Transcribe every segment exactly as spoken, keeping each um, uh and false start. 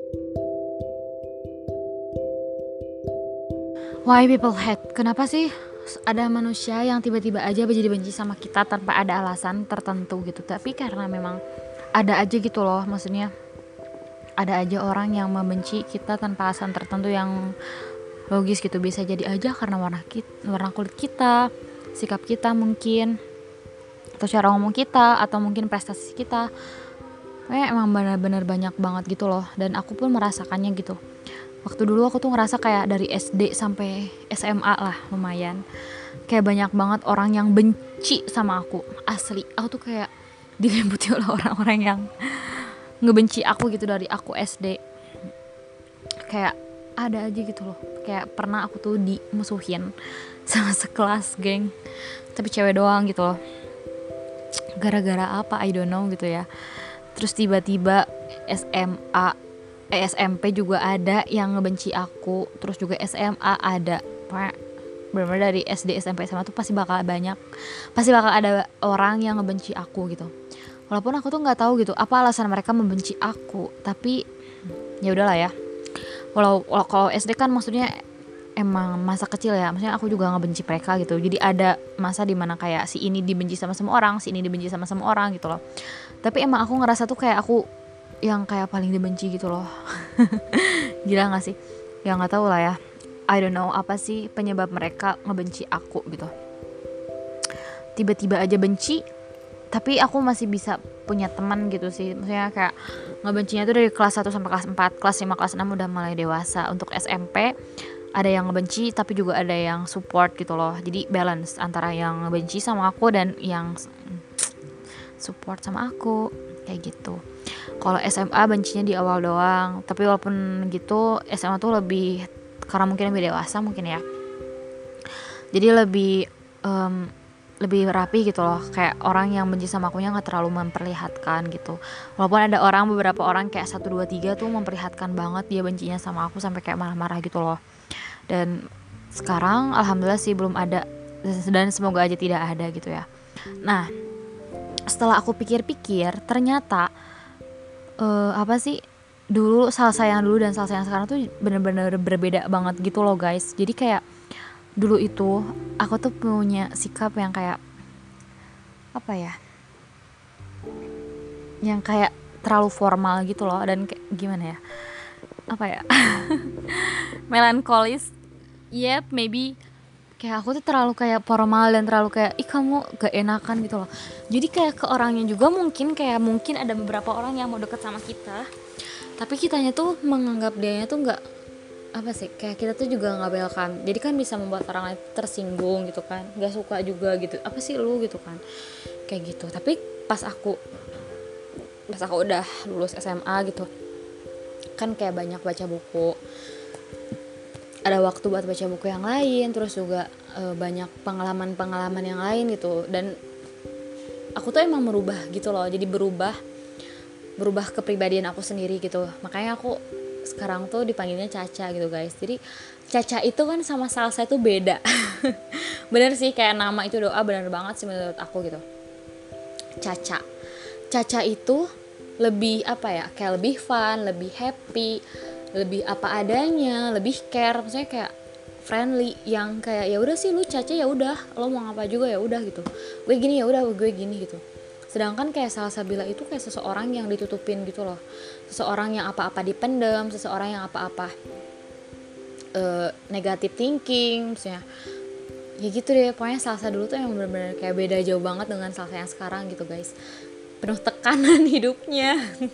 Why people hate? Kenapa sih ada manusia yang tiba-tiba aja jadi benci sama kita tanpa ada alasan tertentu gitu? Tapi karena memang ada aja gitu loh, maksudnya ada aja orang yang membenci kita tanpa alasan tertentu yang logis gitu. Bisa jadi aja karena warna kita, warna kulit kita, sikap kita mungkin, atau cara ngomong kita, atau mungkin prestasi kita. Kayak emang benar-benar banyak banget gitu loh, dan aku pun merasakannya gitu. Waktu dulu aku tuh ngerasa kayak dari S D sampai S M A lah, lumayan kayak banyak banget orang yang benci sama aku. Asli, aku tuh kayak diliputi oleh orang-orang yang ngebenci aku gitu dari aku S D. Kayak ada aja gitu loh. Kayak pernah aku tuh dimusuhin sama sekelas geng, tapi cewek doang gitu loh. Gara-gara apa I don't know gitu ya. Terus tiba-tiba S M A eh, S M P juga ada yang ngebenci aku. Terus juga S M A ada. Benar-benar dari S D, S M P, S M A tuh pasti bakal banyak, pasti bakal ada orang yang ngebenci aku gitu. Walaupun aku tuh nggak tahu gitu apa alasan mereka membenci aku, tapi ya udahlah ya. Walau kalau S D kan maksudnya emang masa kecil ya, maksudnya aku juga ngebenci mereka gitu. Jadi ada masa dimana kayak si ini dibenci sama semua orang, si ini dibenci sama semua orang gitu loh. Tapi emang aku ngerasa tuh kayak aku yang kayak paling dibenci gitu loh. Gila nggak sih? Ya nggak tahu lah ya. I don't know apa sih penyebab mereka ngebenci aku gitu. Tiba-tiba aja benci, tapi aku masih bisa punya teman gitu sih. Maksudnya kayak ngebencinya tuh dari kelas satu sampai kelas empat, kelas lima, kelas enam udah mulai dewasa. Untuk S M P ada yang ngebenci tapi juga ada yang support gitu loh. Jadi balance antara yang ngebenci sama aku dan yang support sama aku kayak gitu. Kalau S M A bencinya di awal doang, tapi walaupun gitu S M A tuh lebih, karena mungkin lebih dewasa mungkin ya, jadi lebih um, lebih rapi gitu loh. Kayak orang yang benci sama akunya nggak terlalu memperlihatkan gitu. Walaupun ada orang, beberapa orang kayak satu dua tiga tuh memperlihatkan banget dia bencinya sama aku sampai kayak marah-marah gitu loh. Dan sekarang alhamdulillah sih belum ada, dan semoga aja tidak ada gitu ya. Nah, setelah aku pikir-pikir ternyata uh, apa sih, dulu Salsa yang dulu dan Salsa yang sekarang tuh bener-bener berbeda banget gitu loh guys. Jadi kayak dulu itu aku tuh punya sikap yang kayak apa ya, yang kayak terlalu formal gitu loh, dan kayak gimana ya, apa ya, melankolis. Yep, maybe kayak aku tuh terlalu kayak formal dan terlalu kayak ih kamu gak enakan gitu loh. Jadi kayak ke orangnya juga mungkin kayak mungkin ada beberapa orang yang mau deket sama kita, tapi kitanya tuh menganggap dianya tuh nggak, apa sih, kayak kita tuh juga nggak welcome. Jadi kan bisa membuat orang lain tersinggung gitu kan, nggak suka juga gitu, apa sih lu gitu kan, kayak gitu. Tapi pas aku pas aku udah lulus S M A gitu kan, kayak banyak baca buku, ada waktu buat baca buku yang lain, terus juga e, banyak pengalaman-pengalaman yang lain gitu. Dan aku tuh emang merubah gitu loh, jadi berubah berubah kepribadian aku sendiri gitu. Makanya aku sekarang tuh dipanggilnya Caca gitu guys. Jadi Caca itu kan sama Salsa itu beda. Bener sih, kayak nama itu doa, bener banget sih menurut aku gitu. Caca Caca itu lebih apa ya, kayak lebih fun, lebih happy, lebih apa adanya, lebih care, maksudnya kayak friendly, yang kayak ya udah sih lu Caca, ya udah lo mau ngapa juga ya udah gitu, gue gini ya udah gue gini gitu. Sedangkan kayak Salsabila itu kayak seseorang yang ditutupin gitu loh, seseorang yang apa-apa dipendam, seseorang yang apa-apa uh, negative thinking, misalnya ya gitu deh. Pokoknya Salsa dulu tuh yang benar-benar kayak beda jauh banget dengan Salsa yang sekarang gitu guys, penuh tekanan hidupnya.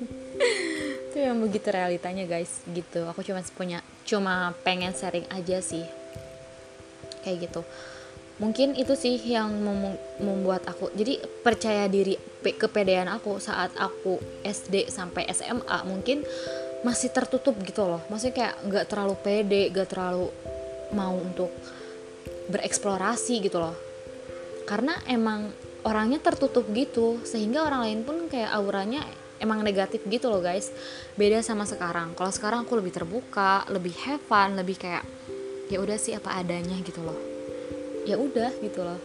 Itu yang begitu realitanya guys gitu. Aku cuma punya cuma pengen sharing aja sih kayak gitu. Mungkin itu sih yang mem- membuat aku jadi percaya diri, kepedean aku saat aku S D sampai S M A mungkin masih tertutup gitu loh. Maksudnya kayak gak terlalu pede, gak terlalu mau untuk bereksplorasi gitu loh, karena emang orangnya tertutup gitu, sehingga orang lain pun kayak auranya emang negatif gitu loh guys. Beda sama sekarang. Kalau sekarang aku lebih terbuka, lebih have fun, lebih kayak ya udah sih apa adanya gitu loh, ya udah gitu loh.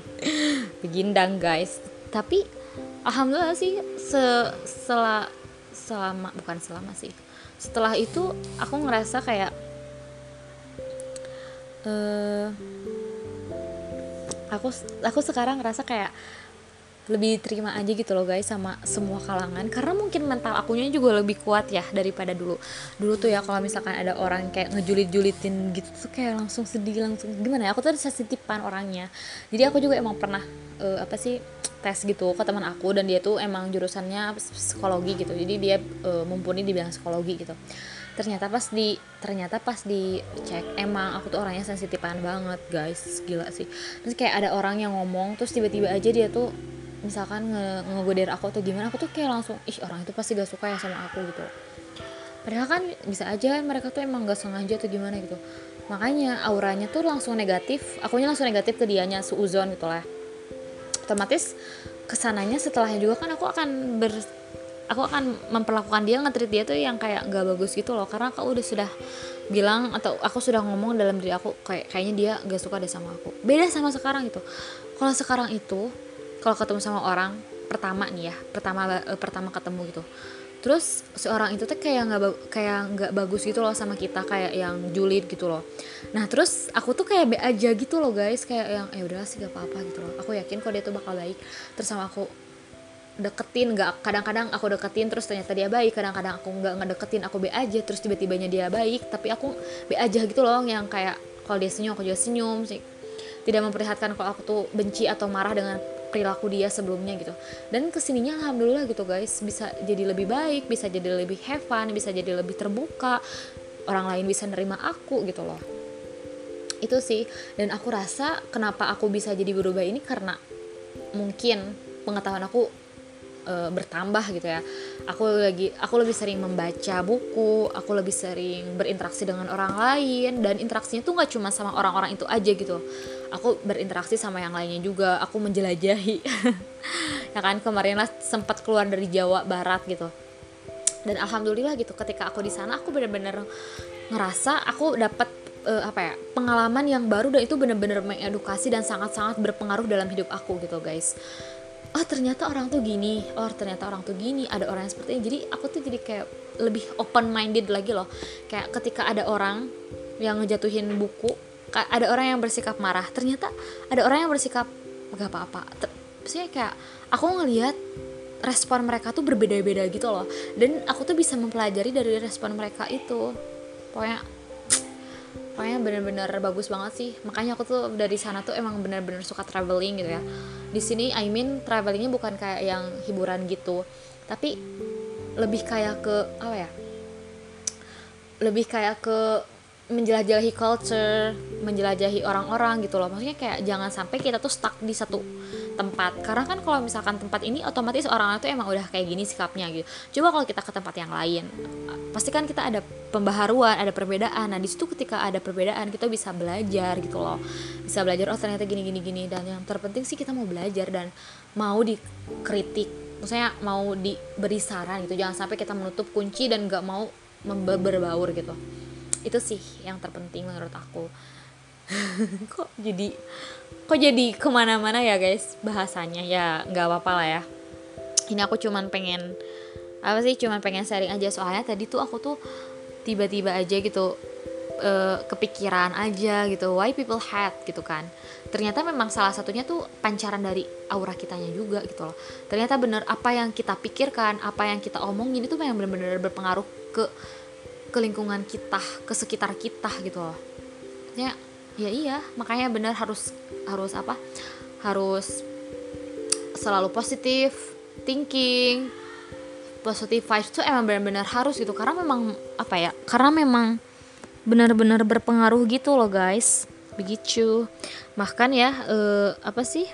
Begindang guys. Tapi alhamdulillah sih se- setelah selama bukan selama sih, setelah itu aku ngerasa kayak uh, aku aku sekarang ngerasa kayak lebih terima aja gitu loh guys sama semua kalangan, karena mungkin mental akunya juga lebih kuat ya daripada dulu. Dulu tuh ya kalau misalkan ada orang kayak ngejulit-julitin gitu tuh kayak langsung sedih, langsung gimana ya, aku tuh sensitipan orangnya. Jadi aku juga emang pernah uh, apa sih tes gitu ke teman aku, dan dia tuh emang jurusannya psikologi gitu, jadi dia uh, mumpuni di bidang psikologi gitu. Ternyata pas di ternyata pas dicek emang aku tuh orangnya sensitipan banget guys, gila sih. Terus kayak ada orang yang ngomong terus tiba-tiba aja dia tuh misalkan nge ngegodain aku atau gimana, aku tuh kayak langsung ih orang itu pasti gak suka ya sama aku gitu. Padahal kan bisa aja mereka tuh emang gak sengaja atau gimana gitu. Makanya auranya tuh langsung negatif, akunya langsung negatif ke dianya, suuzon gitu lah. Otomatis kesananya setelahnya juga kan aku akan ber aku akan memperlakukan dia, nge-treat dia tuh yang kayak gak bagus gitu loh, karena aku udah sudah bilang atau aku sudah ngomong dalam diri aku kayak kayaknya dia gak suka deh sama aku. Beda sama sekarang itu. Kalau sekarang itu kalau ketemu sama orang pertama nih ya, pertama uh, pertama ketemu gitu, terus seorang itu tuh kayak nggak kayak nggak bagus gitu loh sama kita, kayak yang julid gitu loh. Nah terus aku tuh kayak be aja gitu loh guys, kayak yang ya udahlah sih gak apa-apa gitu loh, aku yakin kok dia tuh bakal baik. Terus sama aku deketin, nggak, kadang-kadang aku deketin terus ternyata dia baik, kadang-kadang aku nggak ngedeketin, aku be aja terus tiba-tibanya dia baik, tapi aku be aja gitu loh, yang kayak kalau dia senyum aku juga senyum sih, tidak memperlihatkan kalau aku tuh benci atau marah dengan perilaku dia sebelumnya gitu. Dan kesininya alhamdulillah gitu guys, bisa jadi lebih baik, bisa jadi lebih have fun, bisa jadi lebih terbuka, orang lain bisa nerima aku gitu loh. Itu sih. Dan aku rasa kenapa aku bisa jadi berubah ini karena mungkin pengetahuan aku e, bertambah gitu ya. Aku lagi aku lebih sering membaca buku, aku lebih sering berinteraksi dengan orang lain, dan interaksinya tuh nggak cuma sama orang-orang itu aja gitu. Aku berinteraksi sama yang lainnya juga, aku menjelajahi. Ya kan, kemarin lah sempat keluar dari Jawa Barat gitu. Dan alhamdulillah gitu, ketika aku di sana aku benar-benar ngerasa aku dapat uh, apa ya, pengalaman yang baru, dan itu benar-benar mengedukasi dan sangat-sangat berpengaruh dalam hidup aku gitu guys. Oh ternyata orang tuh gini, oh ternyata orang tuh gini, ada orang yang seperti ini. Jadi aku tuh jadi kayak lebih open minded lagi loh. Kayak ketika ada orang yang ngejatuhin buku, ada orang yang bersikap marah, ternyata ada orang yang bersikap gak apa-apa. Maksudnya kayak aku ngelihat respon mereka tuh berbeda-beda gitu loh, dan aku tuh bisa mempelajari dari respon mereka itu. Pokoknya pokoknya benar-benar bagus banget sih. Makanya aku tuh dari sana tuh emang benar-benar suka traveling gitu ya. Di sini I mean travelingnya bukan kayak yang hiburan gitu, tapi lebih kayak ke apa ya, lebih kayak ke menjelajahi culture, menjelajahi orang-orang gitu loh. Maksudnya kayak jangan sampai kita tuh stuck di satu tempat, karena kan kalau misalkan tempat ini otomatis orang-orang tuh emang udah kayak gini sikapnya gitu. Coba kalau kita ke tempat yang lain, pasti kan kita ada pembaharuan, ada perbedaan. Nah di situ ketika ada perbedaan kita bisa belajar gitu loh, bisa belajar oh ternyata gini gini gini. Dan yang terpenting sih kita mau belajar dan mau dikritik, maksudnya mau diberi saran gitu. Jangan sampai kita menutup kunci dan nggak mau berbaur gitu. Itu sih yang terpenting menurut aku. kok jadi kok jadi kemana-mana ya guys bahasanya, ya nggak apa-apa lah ya. Ini aku cuman pengen apa sih, cuman pengen sharing aja, soalnya tadi tuh aku tuh tiba-tiba aja gitu uh, kepikiran aja gitu, why people hate gitu kan. Ternyata memang salah satunya tuh pancaran dari aura kitanya juga gitu loh. Ternyata bener apa yang kita pikirkan, apa yang kita omongin itu memang benar-benar berpengaruh ke ke lingkungan kita, ke sekitar kita gitu loh. Ya, ya iya, makanya benar harus harus apa? Harus selalu positif thinking, positive vibes tuh emang benar-benar harus gitu, karena memang apa ya? Karena memang benar-benar berpengaruh gitu loh guys. Begitu. Bahkan ya eh, apa sih?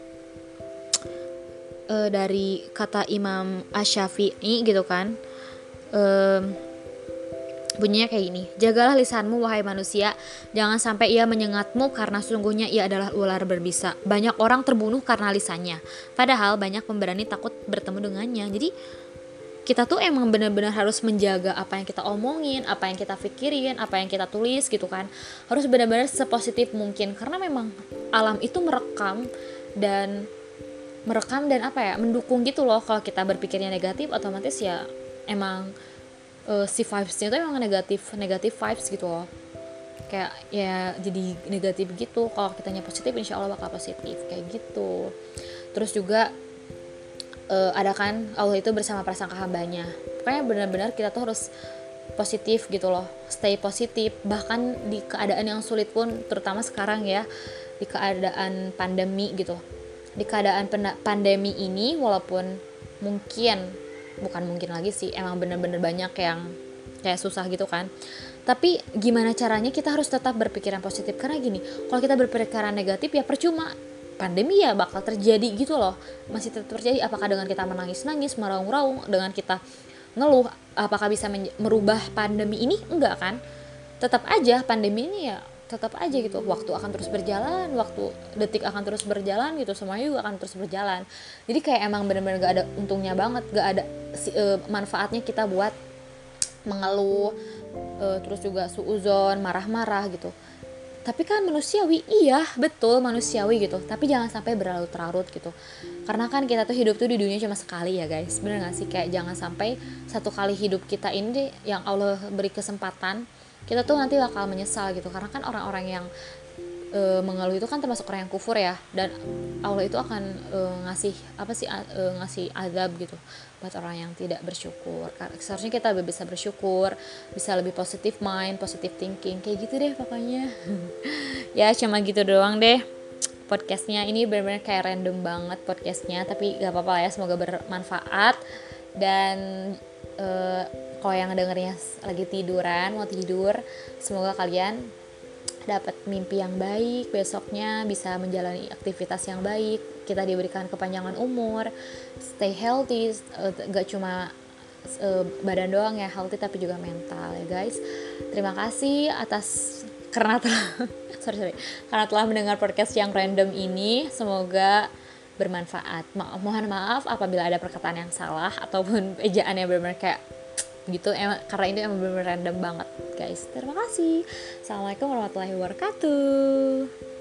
Eh, dari kata Imam Asy-Syafi'i gitu kan. Eh, bunyinya kayak gini, jagalah lisanmu wahai manusia, jangan sampai ia menyengatmu karena sesungguhnya ia adalah ular berbisa. Banyak orang terbunuh karena lisannya, padahal banyak pemberani takut bertemu dengannya. Jadi kita tuh emang benar-benar harus menjaga apa yang kita omongin, apa yang kita pikirin, apa yang kita tulis gitu kan. Harus benar-benar sepositif mungkin, karena memang alam itu merekam dan merekam dan apa ya, mendukung gitu loh. Kalau kita berpikirnya negatif, otomatis ya emang uh, si vibes-nya tuh emang negatif negatif vibes gitu loh, kayak ya jadi negatif gitu. Kalau kitanya positif insya Allah bakal positif kayak gitu. Terus juga uh, ada kan Allah itu bersama prasangka hambanya, pokoknya benar-benar kita tuh harus positif gitu loh, stay positif bahkan di keadaan yang sulit pun, terutama sekarang ya di keadaan pandemi gitu. Di keadaan pandemi ini walaupun mungkin bukan mungkin lagi sih, emang bener-bener banyak yang kayak susah gitu kan, tapi gimana caranya kita harus tetap berpikiran positif. Karena gini, kalau kita berpikiran negatif ya percuma, pandemi ya bakal terjadi gitu loh, masih tetap terjadi. Apakah dengan kita menangis-nangis, meraung-raung, dengan kita ngeluh, apakah bisa men- merubah pandemi ini? Enggak kan, tetap aja pandemi ini ya tetap aja gitu, waktu akan terus berjalan, waktu detik akan terus berjalan gitu, semuanya juga akan terus berjalan. Jadi kayak emang bener-bener gak ada untungnya banget, gak ada si, uh, manfaatnya kita buat mengeluh, uh, terus juga suuzon, marah-marah gitu. Tapi kan manusiawi, iya betul manusiawi gitu, tapi jangan sampai berlarut-larut gitu. Karena kan kita tuh hidup tuh di dunia cuma sekali ya guys, bener gak sih? Kayak jangan sampai satu kali hidup kita ini yang Allah beri kesempatan, kita tuh nanti bakal menyesal gitu. Karena kan orang-orang yang e, mengeluh itu kan termasuk orang yang kufur ya, dan Allah itu akan e, ngasih apa sih e, ngasih azab gitu buat orang yang tidak bersyukur. Seharusnya kita lebih bisa bersyukur, bisa lebih positive mind, positive thinking, kayak gitu deh pokoknya. Ya cuma gitu doang deh podcastnya, ini benar-benar kayak random banget podcastnya, tapi gak apa-apa ya, semoga bermanfaat. Dan uh, kalau yang dengernya lagi tiduran, mau tidur, semoga kalian dapat mimpi yang baik, besoknya bisa menjalani aktivitas yang baik, kita diberikan kepanjangan umur, stay healthy, uh, gak cuma uh, badan doang ya healthy, tapi juga mental ya guys. Terima kasih atas karena telah sorry sorry karena telah mendengar podcast yang random ini, semoga bermanfaat. Ma- mohon maaf apabila ada perkataan yang salah ataupun ejaan yang benar-benar kayak gitu, emang karena ini emang benar-benar random banget guys. Terima kasih. Assalamualaikum warahmatullahi wabarakatuh.